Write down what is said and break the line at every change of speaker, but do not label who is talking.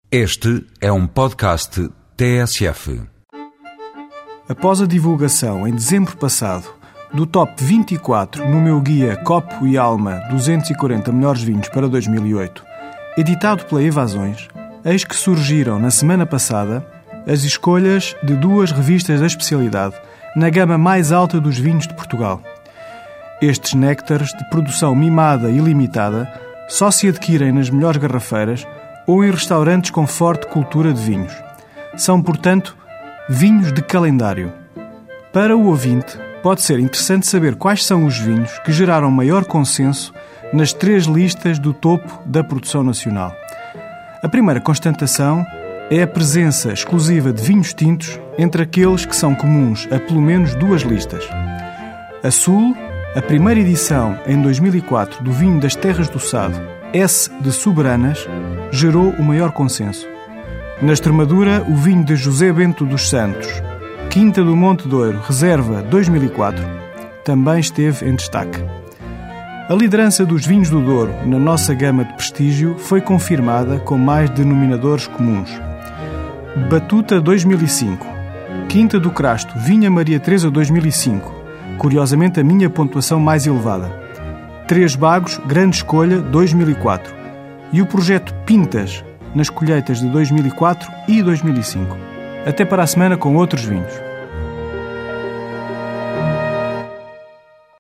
Este é um podcast TSF.
Após a divulgação, em dezembro passado, do Top 24 no meu guia Copo e Alma 240 melhores vinhos para 2008, editado pela Evasões, eis que surgiram na semana passada as escolhas de duas revistas da especialidade na gama mais alta dos vinhos de Portugal. Estes néctares de produção mimada e limitada só se adquirem nas melhores garrafeiras ou em restaurantes com forte cultura de vinhos. São, portanto, vinhos de calendário. Para o ouvinte, pode ser interessante saber quais são os vinhos que geraram maior consenso nas três listas do topo da produção nacional. A primeira constatação é a presença exclusiva de vinhos tintos entre aqueles que são comuns a pelo menos duas listas. A Sul, a primeira edição em 2004 do vinho das Terras do Sado, S de Soberanas, gerou o maior consenso. Na Extremadura, o vinho de José Bento dos Santos, Quinta do Monte Douro, Reserva 2004, também esteve em destaque. A liderança dos vinhos do Douro na nossa gama de prestígio foi confirmada com mais denominadores comuns. Batuta 2005, Quinta do Crasto, Vinha Maria Teresa 2005, curiosamente a minha pontuação mais elevada. Três Bagos, Grande Escolha 2004 e o projeto Pintas nas colheitas de 2004 e 2005. Até para a semana com outros vinhos.